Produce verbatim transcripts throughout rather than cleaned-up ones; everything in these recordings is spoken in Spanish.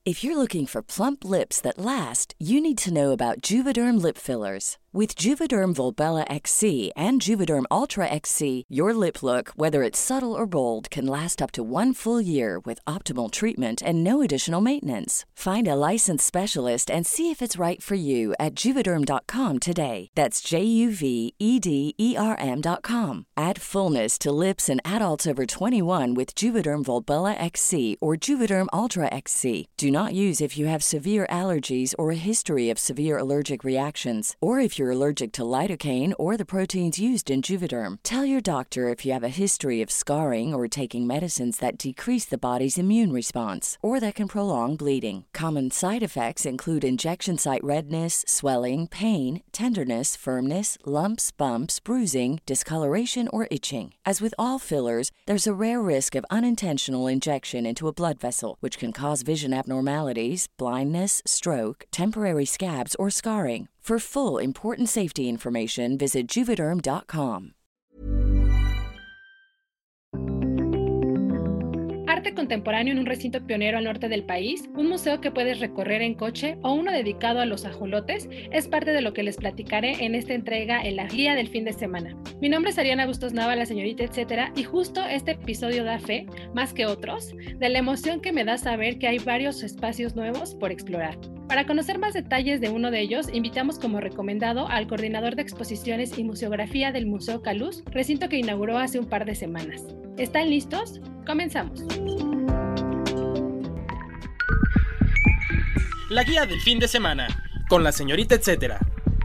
If you're looking for plump lips that last, you need to know about Juvederm lip fillers. With Juvederm Volbella X C and Juvederm Ultra X C, your lip look, whether it's subtle or bold, can last up to one full year with optimal treatment and no additional maintenance. Find a licensed specialist and see if it's right for you at Juvederm dot com today. That's J U V E D E R M dot com. Add fullness to lips in adults over twenty-one with Juvederm Volbella X C or Juvederm Ultra X C. Do not use if you have severe allergies or a history of severe allergic reactions, or if you're allergic to lidocaine or the proteins used in Juvederm. Tell your doctor if you have a history of scarring or taking medicines that decrease the body's immune response or that can prolong bleeding. Common side effects include injection site redness, swelling, pain, tenderness, firmness, lumps, bumps, bruising, discoloration, or itching. As with all fillers, there's a rare risk of unintentional injection into a blood vessel, which can cause vision abnormalities, blindness, stroke, temporary scabs, or scarring. For full, important safety information, visit Juvederm dot com. Arte contemporáneo en un recinto pionero al norte del país, un museo que puedes recorrer en coche o uno dedicado a los ajolotes es parte de lo que les platicaré en esta entrega en la guía del fin de semana. Mi nombre es Ariana Bustos Nava, la señorita etcétera, y justo este episodio da fe, más que otros, de la emoción que me da saber que hay varios espacios nuevos por explorar. Para conocer más detalles de uno de ellos, invitamos como recomendado al coordinador de exposiciones y museografía del Museo Caluz, recinto que inauguró hace un par de semanas. ¿Están listos? Comenzamos. La guía del fin de semana, con la señorita etcétera.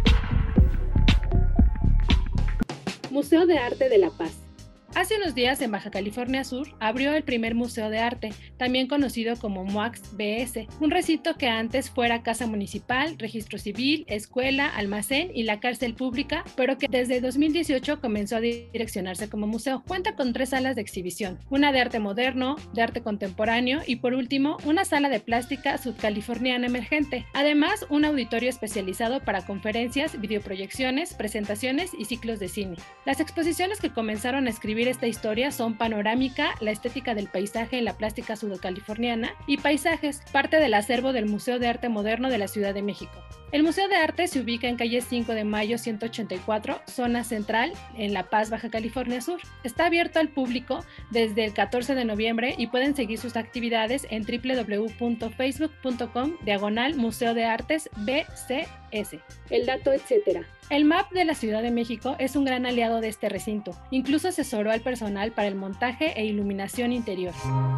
Museo de Arte de La Paz. Hace unos días en Baja California Sur abrió el primer Museo de Arte, también conocido como MUACS B S, un recinto que antes fuera casa municipal, registro civil, escuela, almacén y la cárcel pública, pero que desde dos mil dieciocho comenzó a direccionarse como museo. Cuenta con tres salas de exhibición, una de arte moderno, de arte contemporáneo y por último una sala de plástica sudcaliforniana emergente. Además, un auditorio especializado para conferencias, videoproyecciones, presentaciones y ciclos de cine. Las exposiciones que comenzaron a escribir esta historia son Panorámica, la estética del paisaje en la plástica sudcaliforniana y Paisajes, parte del acervo del Museo de Arte Moderno de la Ciudad de México. El Museo de Arte se ubica en calle cinco de mayo ciento ochenta y cuatro, zona central, en La Paz, Baja California Sur. Está abierto al público desde el catorce de noviembre y pueden seguir sus actividades en doble u doble u doble u punto facebook punto com diagonal Museo de Artes B C S. El dato, etcétera. El M A P de la Ciudad de México es un gran aliado de este recinto. Incluso asesoró al personal para el montaje e iluminación interior.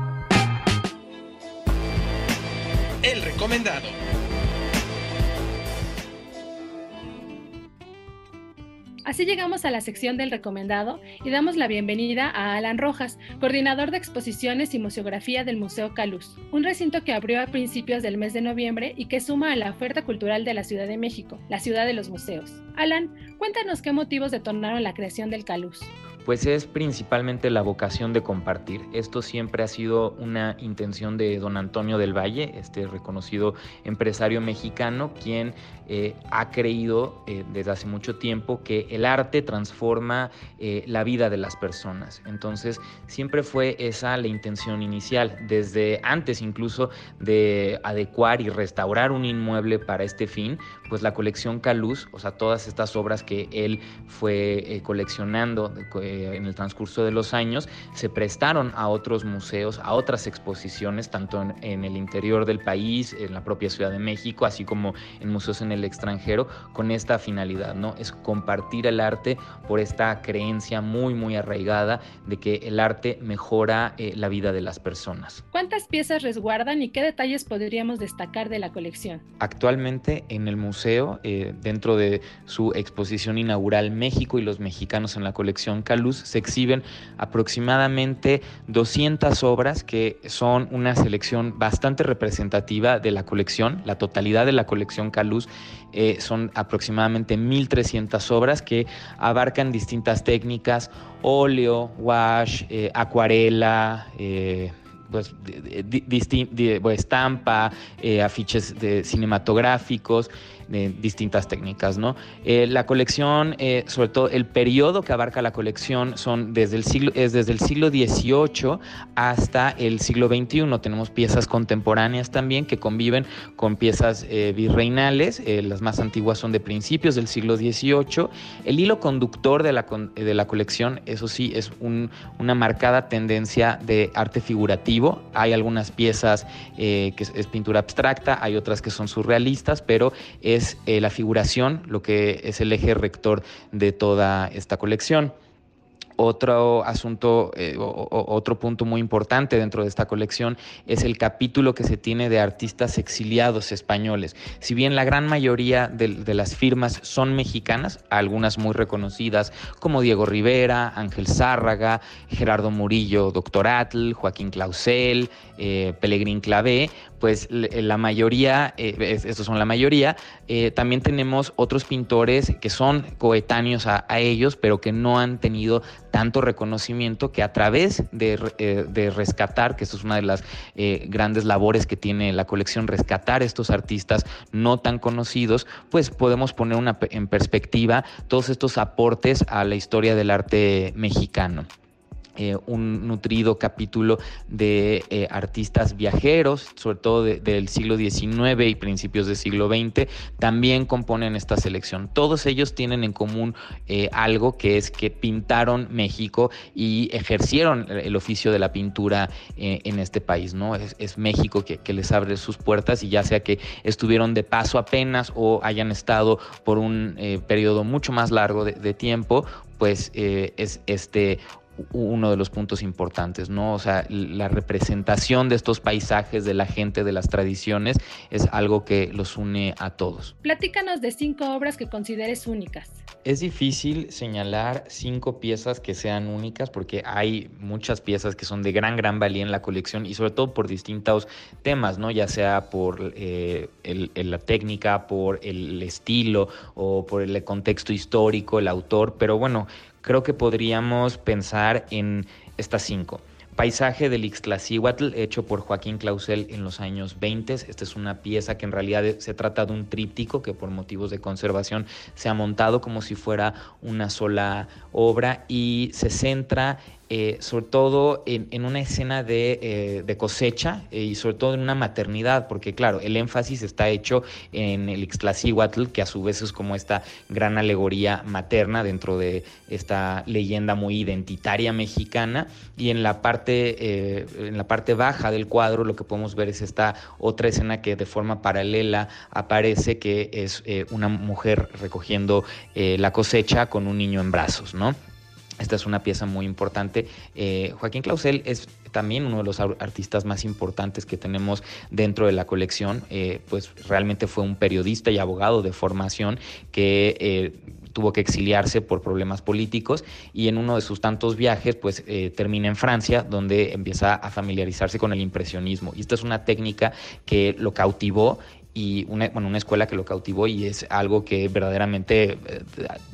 El recomendado. Así llegamos a la sección del recomendado y damos la bienvenida a Alan Rojas, coordinador de exposiciones y museografía del Museo Caluz, un recinto que abrió a principios del mes de noviembre y que suma a la oferta cultural de la Ciudad de México, la ciudad de los museos. Alan, cuéntanos qué motivos detonaron la creación del Caluz. Pues es principalmente la vocación de compartir. Esto siempre ha sido una intención de don Antonio del Valle, este reconocido empresario mexicano, quien eh, ha creído eh, desde hace mucho tiempo que el arte transforma eh, la vida de las personas. Entonces siempre fue esa la intención inicial, desde antes incluso de adecuar y restaurar un inmueble para este fin, pues la colección Caluz, o sea, todas estas obras que él fue eh, coleccionando eh, en el transcurso de los años, se prestaron a otros museos, a otras exposiciones, tanto en, en el interior del país, en la propia Ciudad de México, así como en museos en el extranjero, con esta finalidad, ¿no? Es compartir el arte por esta creencia muy, muy arraigada de que el arte mejora eh, la vida de las personas. ¿Cuántas piezas resguardan y qué detalles podríamos destacar de la colección? Actualmente en el museo, eh, dentro de su exposición inaugural México y los mexicanos en la colección Caluz, se exhiben aproximadamente doscientas obras que son una selección bastante representativa de la colección. La totalidad de la colección Caluz eh, son aproximadamente mil trescientas obras que abarcan distintas técnicas: óleo, wash, eh, acuarela, eh, pues, de, de, de, de, de, estampa, eh, afiches de cinematográficos, de distintas técnicas, ¿no? Eh, la colección, eh, sobre todo el periodo que abarca la colección son desde el siglo, es desde el siglo dieciocho hasta el siglo veintiuno. Tenemos piezas contemporáneas también que conviven con piezas eh, virreinales. Eh, las más antiguas son de principios del siglo dieciocho. El hilo conductor de la, de la colección, eso sí, es un, una marcada tendencia de arte figurativo. Hay algunas piezas eh, que es, es pintura abstracta, hay otras que son surrealistas, pero es eh, la figuración lo que es el eje rector de toda esta colección. Otro asunto, eh, o, o, otro punto muy importante dentro de esta colección es el capítulo que se tiene de artistas exiliados españoles. Si bien la gran mayoría de, de las firmas son mexicanas, algunas muy reconocidas como Diego Rivera, Ángel Zárraga, Gerardo Murillo, Doctor Atl, Joaquín Clausel, eh, Pelegrín Clavé, pues la mayoría, eh, estos son la mayoría, eh, también tenemos otros pintores que son coetáneos a, a ellos, pero que no han tenido tanto reconocimiento, que a través de, eh, de rescatar, que esto es una de las eh, grandes labores que tiene la colección, rescatar estos artistas no tan conocidos, pues podemos poner una, en perspectiva todos estos aportes a la historia del arte mexicano. Eh, un nutrido capítulo de eh, artistas viajeros, sobre todo de, del siglo diecinueve y principios del siglo veinte, también componen esta selección. Todos ellos tienen en común eh, algo, que es que pintaron México y ejercieron el oficio de la pintura eh, en este país, ¿no? Es, es México que, que les abre sus puertas, y ya sea que estuvieron de paso apenas o hayan estado por un eh, periodo mucho más largo de, de tiempo, pues eh, es este uno de los puntos importantes, ¿no? O sea, la representación de estos paisajes, de la gente, de las tradiciones, es algo que los une a todos. Platícanos de cinco obras que consideres únicas. Es difícil señalar cinco piezas que sean únicas, porque hay muchas piezas que son de gran, gran valía en la colección, y sobre todo por distintos temas, ¿no? Ya sea por eh, el, el, la técnica, por el estilo o por el contexto histórico, el autor, pero bueno, creo que podríamos pensar en estas cinco. Paisaje del Ixtlacíhuatl, hecho por Joaquín Clausel en los años veinte. Esta es una pieza que en realidad se trata de un tríptico que por motivos de conservación se ha montado como si fuera una sola obra, y se centra Eh, sobre todo en, en una escena de, eh, de cosecha eh, y sobre todo en una maternidad, porque claro, el énfasis está hecho en el Ixtlacíhuatl, que a su vez es como esta gran alegoría materna dentro de esta leyenda muy identitaria mexicana, y en la parte, eh, en la parte baja del cuadro lo que podemos ver es esta otra escena que de forma paralela aparece, que es eh, una mujer recogiendo eh, la cosecha con un niño en brazos, ¿no? Esta es una pieza muy importante. Eh, Joaquín Clausel es también uno de los artistas más importantes que tenemos dentro de la colección. Eh, pues realmente fue un periodista y abogado de formación que eh, tuvo que exiliarse por problemas políticos, y en uno de sus tantos viajes pues eh, termina en Francia, donde empieza a familiarizarse con el impresionismo. Y esta es una técnica que lo cautivó, y una, bueno, una escuela que lo cautivó, y es algo que verdaderamente Eh,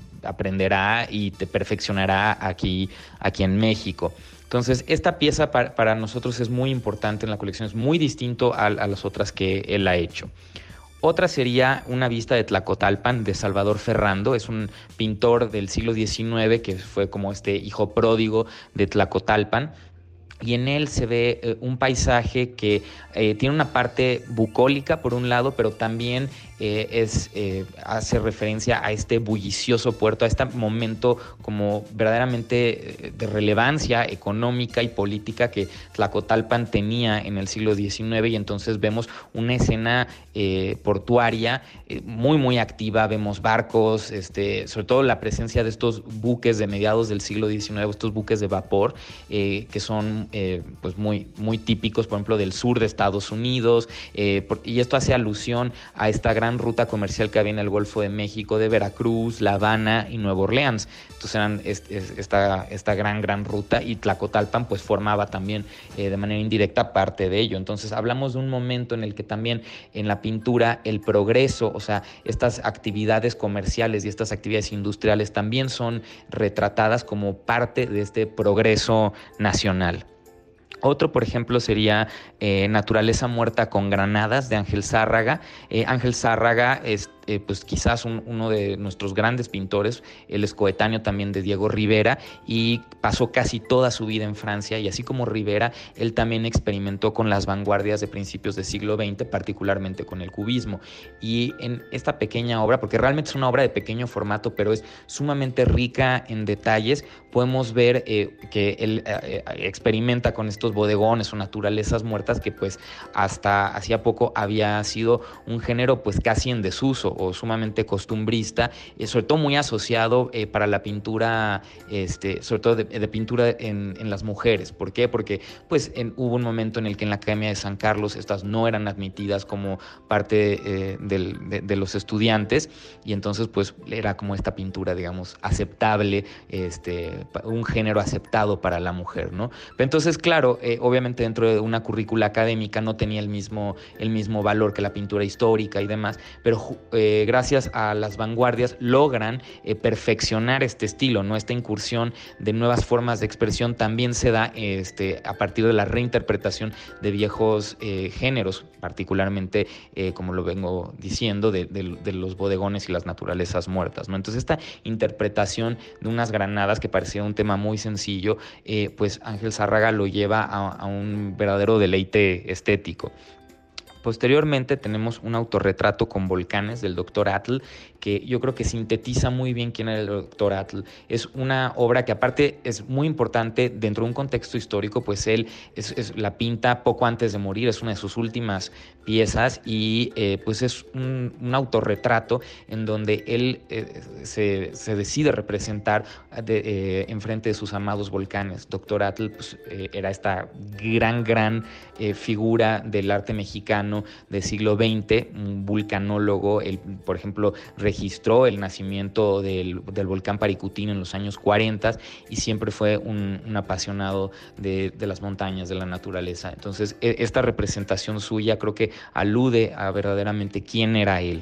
aprenderá y te perfeccionará aquí, aquí en México. Entonces, esta pieza para, para nosotros es muy importante en la colección, es muy distinto a, a las otras que él ha hecho. Otra sería Una vista de Tlacotalpan, de Salvador Ferrando. Es un pintor del siglo diecinueve que fue como este hijo pródigo de Tlacotalpan, y en él se ve eh, un paisaje que eh, tiene una parte bucólica por un lado, pero también eh, es, eh, hace referencia a este bullicioso puerto, a este momento como verdaderamente de relevancia económica y política que Tlacotalpan tenía en el siglo diecinueve, y entonces vemos una escena eh, portuaria eh, muy muy activa. Vemos barcos, este, sobre todo la presencia de estos buques de mediados del siglo diecinueve, estos buques de vapor eh, que son Eh, pues muy, muy típicos, por ejemplo, del sur de Estados Unidos, eh, por, y esto hace alusión a esta gran ruta comercial que había en el Golfo de México, de Veracruz, La Habana y Nueva Orleans. Entonces eran es, es, esta, esta gran, gran ruta, y Tlacotalpan pues formaba también eh, de manera indirecta parte de ello. Entonces hablamos de un momento en el que también en la pintura el progreso, o sea, estas actividades comerciales y estas actividades industriales también son retratadas como parte de este progreso nacional. Otro, por ejemplo, sería eh, Naturaleza muerta con granadas, de Ángel Zárraga. Eh, Ángel Zárraga es, eh, pues quizás un, uno de nuestros grandes pintores. Él es coetáneo también de Diego Rivera y pasó casi toda su vida en Francia, y así como Rivera, él también experimentó con las vanguardias de principios del siglo veinte, particularmente con el cubismo. Y en esta pequeña obra, porque realmente es una obra de pequeño formato, pero es sumamente rica en detalles, podemos ver eh, que él eh, experimenta con estos bodegones o naturalezas muertas que pues hasta hacía poco había sido un género pues casi en desuso o sumamente costumbrista, eh, sobre todo muy asociado eh, para la pintura, este, sobre todo de, de pintura en, en las mujeres. ¿Por qué? Porque pues en, hubo un momento en el que en la Academia de San Carlos estas no eran admitidas como parte eh, del, de, de los estudiantes, y entonces pues era como esta pintura, digamos, aceptable, este, un género aceptado para la mujer, ¿no? Pero entonces, claro, eh, obviamente dentro de una currícula académica no tenía el mismo, el mismo valor que la pintura histórica y demás, pero eh, gracias a las vanguardias logran eh, perfeccionar este estilo, ¿no? Esta incursión de nuevas formas de expresión también se da este, a partir de la reinterpretación de viejos eh, géneros, particularmente, eh, como lo vengo diciendo, de, de, de los bodegones y las naturalezas muertas, ¿no? Entonces esta interpretación de unas granadas que parecía un tema muy sencillo, eh, pues Ángel Zárraga lo lleva a, a un verdadero deleite estético. Posteriormente tenemos un autorretrato con volcanes del doctor Atl, que yo creo que sintetiza muy bien quién era el doctor Atl. Es una obra que aparte es muy importante dentro de un contexto histórico, pues él es, es, la pinta poco antes de morir, es una de sus últimas piezas, y eh, pues es un, un autorretrato en donde él eh, se, se decide representar de, eh, enfrente de sus amados volcanes. Doctor Atl pues, eh, era esta gran, gran eh, figura del arte mexicano del siglo veinte, un vulcanólogo. Él, por ejemplo, registró el nacimiento del, del volcán Paricutín en los años cuarenta y siempre fue un, un apasionado de, de las montañas, de la naturaleza. Entonces, esta representación suya creo que alude a verdaderamente quién era él.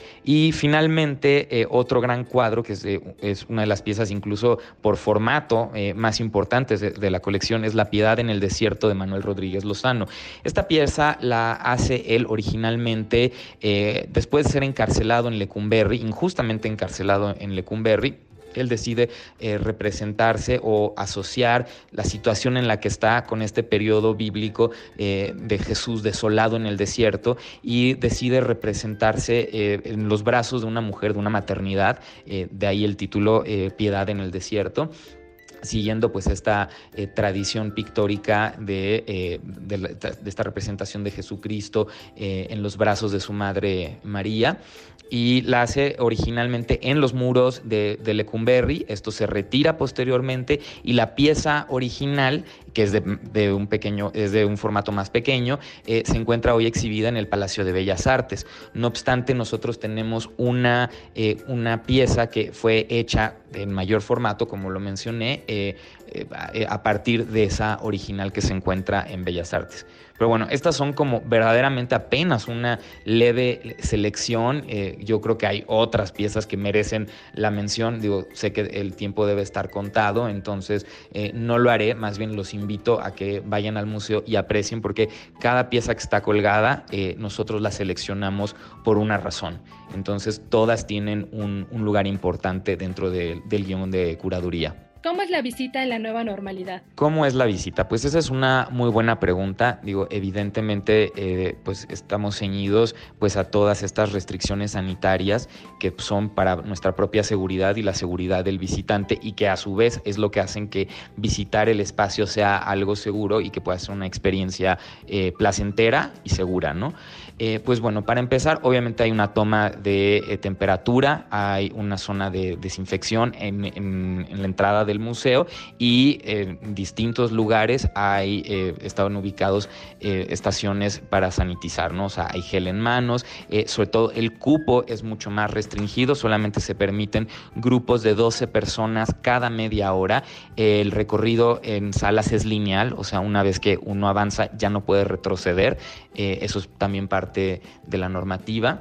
Y finalmente, eh, otro gran cuadro, que es, eh, es una de las piezas incluso por formato eh, más importantes de, de la colección, es La Piedad en el Desierto de Manuel Rodríguez Lozano. Esta pieza la hace él originalmente eh, después de ser encarcelado en Lecumberri, injustamente encarcelado en Lecumberri. Él decide eh, representarse o asociar la situación en la que está con este periodo bíblico eh, de Jesús desolado en el desierto, y decide representarse eh, en los brazos de una mujer, de una maternidad, eh, de ahí el título eh, Piedad en el Desierto, siguiendo pues esta eh, tradición pictórica de, eh, de, la, de esta representación de Jesucristo eh, en los brazos de su madre María, y la hace originalmente en los muros de, de Lecumberri. Esto se retira posteriormente, y la pieza original, que es de, de un pequeño, es de un formato más pequeño, eh, se encuentra hoy exhibida en el Palacio de Bellas Artes. No obstante, nosotros tenemos una, eh, una pieza que fue hecha en mayor formato, como lo mencioné, eh, eh, a partir de esa original que se encuentra en Bellas Artes. Pero bueno, estas son como verdaderamente apenas una leve selección. Eh, yo creo que hay otras piezas que merecen la mención. Digo, sé que el tiempo debe estar contado, entonces eh, no lo haré. Más bien los invito a que vayan al museo y aprecien, porque cada pieza que está colgada eh, nosotros la seleccionamos por una razón. Entonces todas tienen un, un lugar importante dentro de, del guión de curaduría. ¿Cómo es la visita en la nueva normalidad? ¿Cómo es la visita? Pues esa es una muy buena pregunta. Digo, evidentemente, eh, pues estamos ceñidos pues a todas estas restricciones sanitarias que son para nuestra propia seguridad y la seguridad del visitante, y que a su vez es lo que hacen que visitar el espacio sea algo seguro y que pueda ser una experiencia eh, placentera y segura, ¿no? Eh, pues bueno, para empezar, obviamente hay una toma de eh, temperatura, hay una zona de desinfección en, en, en la entrada del museo, y eh, en distintos lugares hay, eh, estaban ubicados eh, estaciones para sanitizar, ¿no? O sea, hay gel en manos, eh, sobre todo el cupo es mucho más restringido, solamente se permiten grupos de doce personas cada media hora, eh, el recorrido en salas es lineal, o sea, una vez que uno avanza ya no puede retroceder, eh, eso es también parte de la normativa.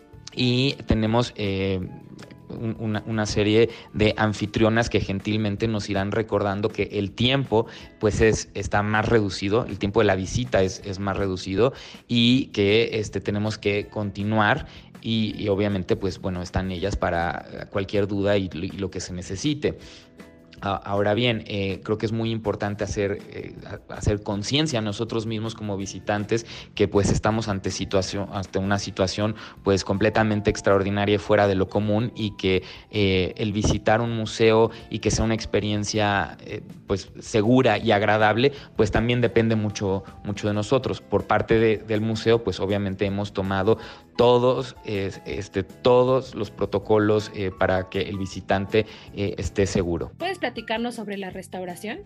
Y tenemos eh, una, una serie de anfitrionas que gentilmente nos irán recordando que el tiempo pues es, está más reducido, el tiempo de la visita es, es más reducido, y que este, tenemos que continuar y, y obviamente pues bueno, están ellas para cualquier duda y, y lo que se necesite. Ahora bien, eh, creo que es muy importante hacer, eh, hacer conciencia nosotros mismos como visitantes que pues estamos ante, situación, ante una situación pues completamente extraordinaria y fuera de lo común, y que eh, el visitar un museo y que sea una experiencia eh, pues segura y agradable pues también depende mucho, mucho de nosotros. Por parte de, del museo pues obviamente hemos tomado todos, eh, este, todos los protocolos eh, para que el visitante eh, esté seguro. ¿Puedes platicarnos sobre la restauración?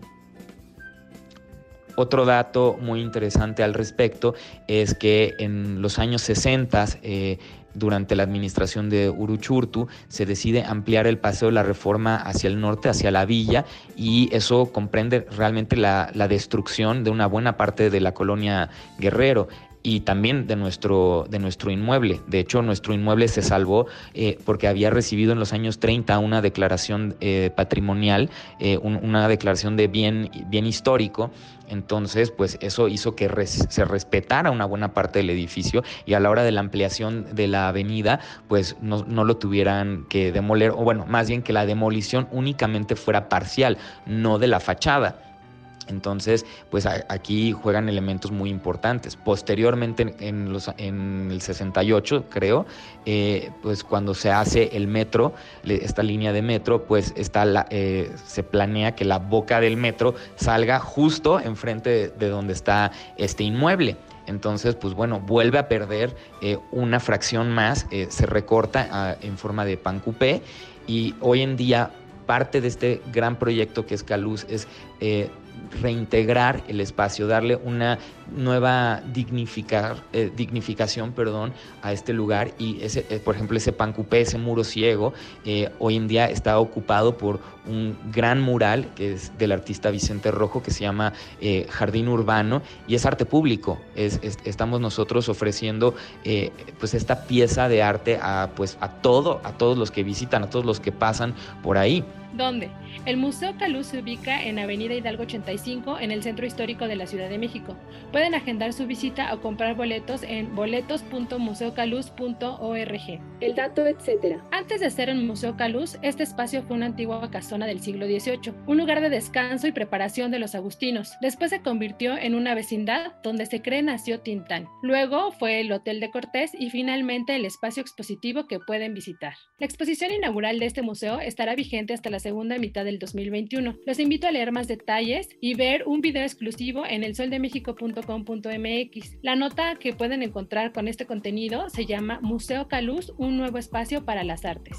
Otro dato muy interesante al respecto es que en los años sesenta, eh, durante la administración de Uruchurtu, se decide ampliar el Paseo de la Reforma hacia el norte, hacia la villa, y eso comprende realmente la, la destrucción de una buena parte de la colonia Guerrero y también de nuestro, de nuestro inmueble. De hecho, nuestro inmueble se salvó eh, porque había recibido en los años treinta una declaración eh, patrimonial, eh, un, una declaración de bien, bien histórico. Entonces, pues eso hizo que res, se respetara una buena parte del edificio, y a la hora de la ampliación de la avenida, pues no, no lo tuvieran que demoler, o bueno, más bien que la demolición únicamente fuera parcial, no de la fachada. Entonces, pues a, aquí juegan elementos muy importantes. Posteriormente, en, los, en el sesenta y ocho, creo, eh, pues cuando se hace el metro, esta línea de metro, pues está la, eh, se planea que la boca del metro salga justo enfrente de, de donde está este inmueble. Entonces, pues bueno, vuelve a perder eh, una fracción más, eh, se recorta a, en forma de pancupé, y hoy en día parte de este gran proyecto que es Caluz es eh, reintegrar el espacio, darle una nueva dignificar, eh, dignificación perdón, a este lugar. Y ese, eh, por ejemplo, ese pancupé, ese muro ciego, eh, hoy en día está ocupado por un gran mural que es del artista Vicente Rojo, que se llama eh, Jardín Urbano, y es arte público. Es, es, estamos nosotros ofreciendo eh, pues esta pieza de arte a, pues, a, todo, a todos los que visitan, a todos los que pasan por ahí. ¿Dónde? El Museo Caluz se ubica en Avenida Hidalgo ochenta y cinco, en el Centro Histórico de la Ciudad de México. Pueden agendar su visita o comprar boletos en boletos punto museo caluz punto org. El dato, etcétera. Antes de ser un Museo Caluz, este espacio fue una antigua casona del siglo dieciocho, un lugar de descanso y preparación de los agustinos. Después se convirtió en una vecindad donde se cree nació Tintán. Luego fue el Hotel de Cortés y finalmente el espacio expositivo que pueden visitar. La exposición inaugural de este museo estará vigente hasta la segunda mitad del dos mil veintiuno. Los invito a leer más detalles y ver un video exclusivo en el sol de méxico punto com punto m x. La nota que pueden encontrar con este contenido se llama Museo Caluz, un nuevo espacio para las artes.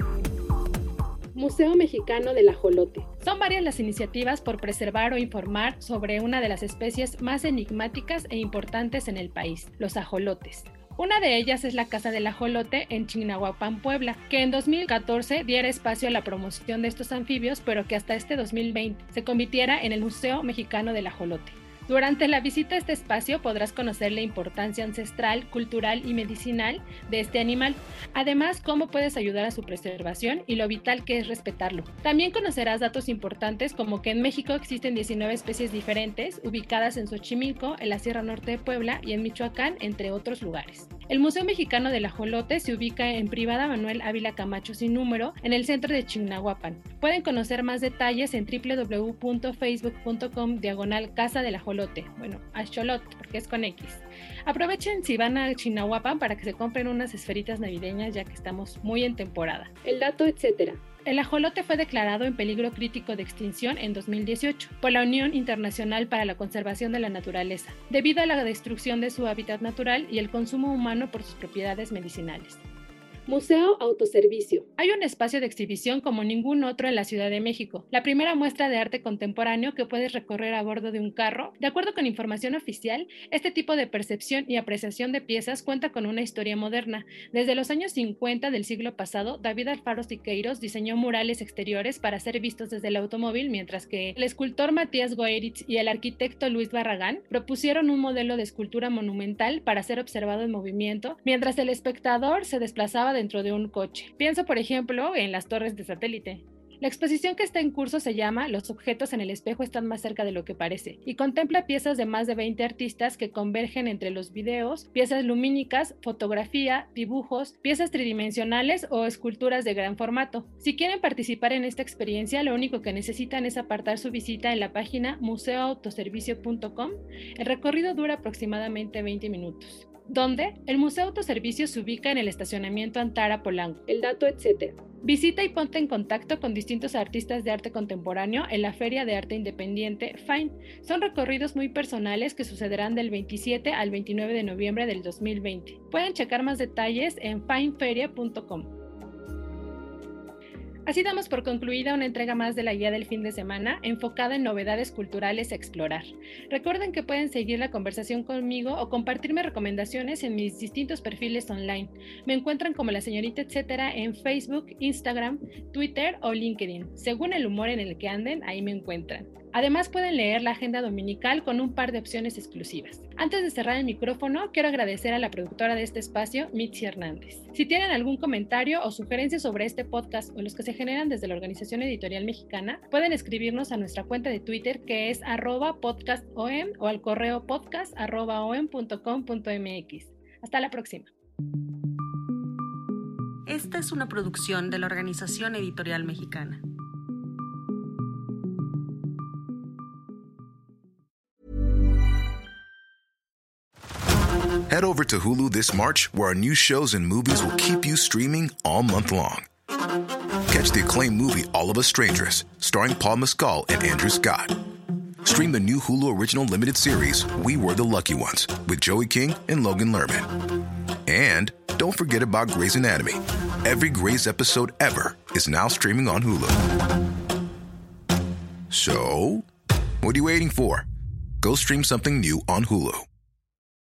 Museo Mexicano del Ajolote. Son varias las iniciativas por preservar o informar sobre una de las especies más enigmáticas e importantes en el país, los ajolotes. Una de ellas es la Casa del Ajolote en Chignahuapan, Puebla, que en dos mil catorce diera espacio a la promoción de estos anfibios, pero que hasta este dos mil veinte se convirtiera en el Museo Mexicano del Ajolote. Durante la visita a este espacio podrás conocer la importancia ancestral, cultural y medicinal de este animal, además cómo puedes ayudar a su preservación y lo vital que es respetarlo. También conocerás datos importantes como que en México existen diecinueve especies diferentes ubicadas en Xochimilco, en la Sierra Norte de Puebla y en Michoacán, entre otros lugares. El Museo Mexicano del Ajolote se ubica en Privada Manuel Ávila Camacho sin número, en el centro de Chignahuapan. Pueden conocer más detalles en w w w punto facebook punto com diagonal Casa del Ajolote. Bueno, Axolot, porque es con X. Aprovechen si van a Chignahuapan para que se compren unas esferitas navideñas, ya que estamos muy en temporada. El dato, etcétera. El ajolote fue declarado en peligro crítico de extinción en dos mil dieciocho por la Unión Internacional para la Conservación de la Naturaleza, debido a la destrucción de su hábitat natural y el consumo humano por sus propiedades medicinales. Museo Autoservicio. Hay un espacio de exhibición como ningún otro en la Ciudad de México. La primera muestra de arte contemporáneo que puedes recorrer a bordo de un carro. De acuerdo con información oficial, este tipo de percepción y apreciación de piezas cuenta con una historia moderna. Desde los años cincuenta del siglo pasado, David Alfaro Siqueiros diseñó murales exteriores para ser vistos desde el automóvil, mientras que el escultor Matías Goeritz y el arquitecto Luis Barragán propusieron un modelo de escultura monumental para ser observado en movimiento, mientras el espectador se desplazaba dentro de un coche. Pienso, por ejemplo, en las torres de satélite. La exposición que está en curso se llama Los objetos en el espejo están más cerca de lo que parece y contempla piezas de más de veinte artistas que convergen entre los videos, piezas lumínicas, fotografía, dibujos, piezas tridimensionales o esculturas de gran formato. Si quieren participar en esta experiencia, lo único que necesitan es apartar su visita en la página museo autoservicio punto com. El recorrido dura aproximadamente veinte minutos. ¿Dónde? El Museo Autoservicio se ubica en el estacionamiento Antara Polanco. El dato, etcétera. Visita y ponte en contacto con distintos artistas de arte contemporáneo en la Feria de Arte Independiente Fine. Son recorridos muy personales que sucederán del veintisiete al veintinueve de noviembre del dos mil veinte. Pueden checar más detalles en fine feria punto com. Así damos por concluida una entrega más de la guía del fin de semana, enfocada en novedades culturales a explorar. Recuerden que pueden seguir la conversación conmigo o compartirme recomendaciones en mis distintos perfiles online. Me encuentran como la señorita etcétera en Facebook, Instagram, Twitter o LinkedIn. Según el humor en el que anden, ahí me encuentran. Además pueden leer la agenda dominical con un par de opciones exclusivas. Antes de cerrar el micrófono, quiero agradecer a la productora de este espacio, Mitzi Hernández. Si tienen algún comentario o sugerencia sobre este podcast o los que se generan desde la Organización Editorial Mexicana, pueden escribirnos a nuestra cuenta de Twitter que es arroba podcastom o al correo podcast arroba om punto com punto mx. Hasta la próxima. Esta es una producción de la Organización Editorial Mexicana. Head over to Hulu this March, where our new shows and movies will keep you streaming all month long. Catch the acclaimed movie All of Us Strangers, starring Paul Mescal and Andrew Scott. Stream the new Hulu original limited series We Were the Lucky Ones with Joey King and Logan Lerman. And don't forget about Grey's Anatomy. Every Grey's episode ever is now streaming on Hulu. So, what are you waiting for? Go stream something new on Hulu.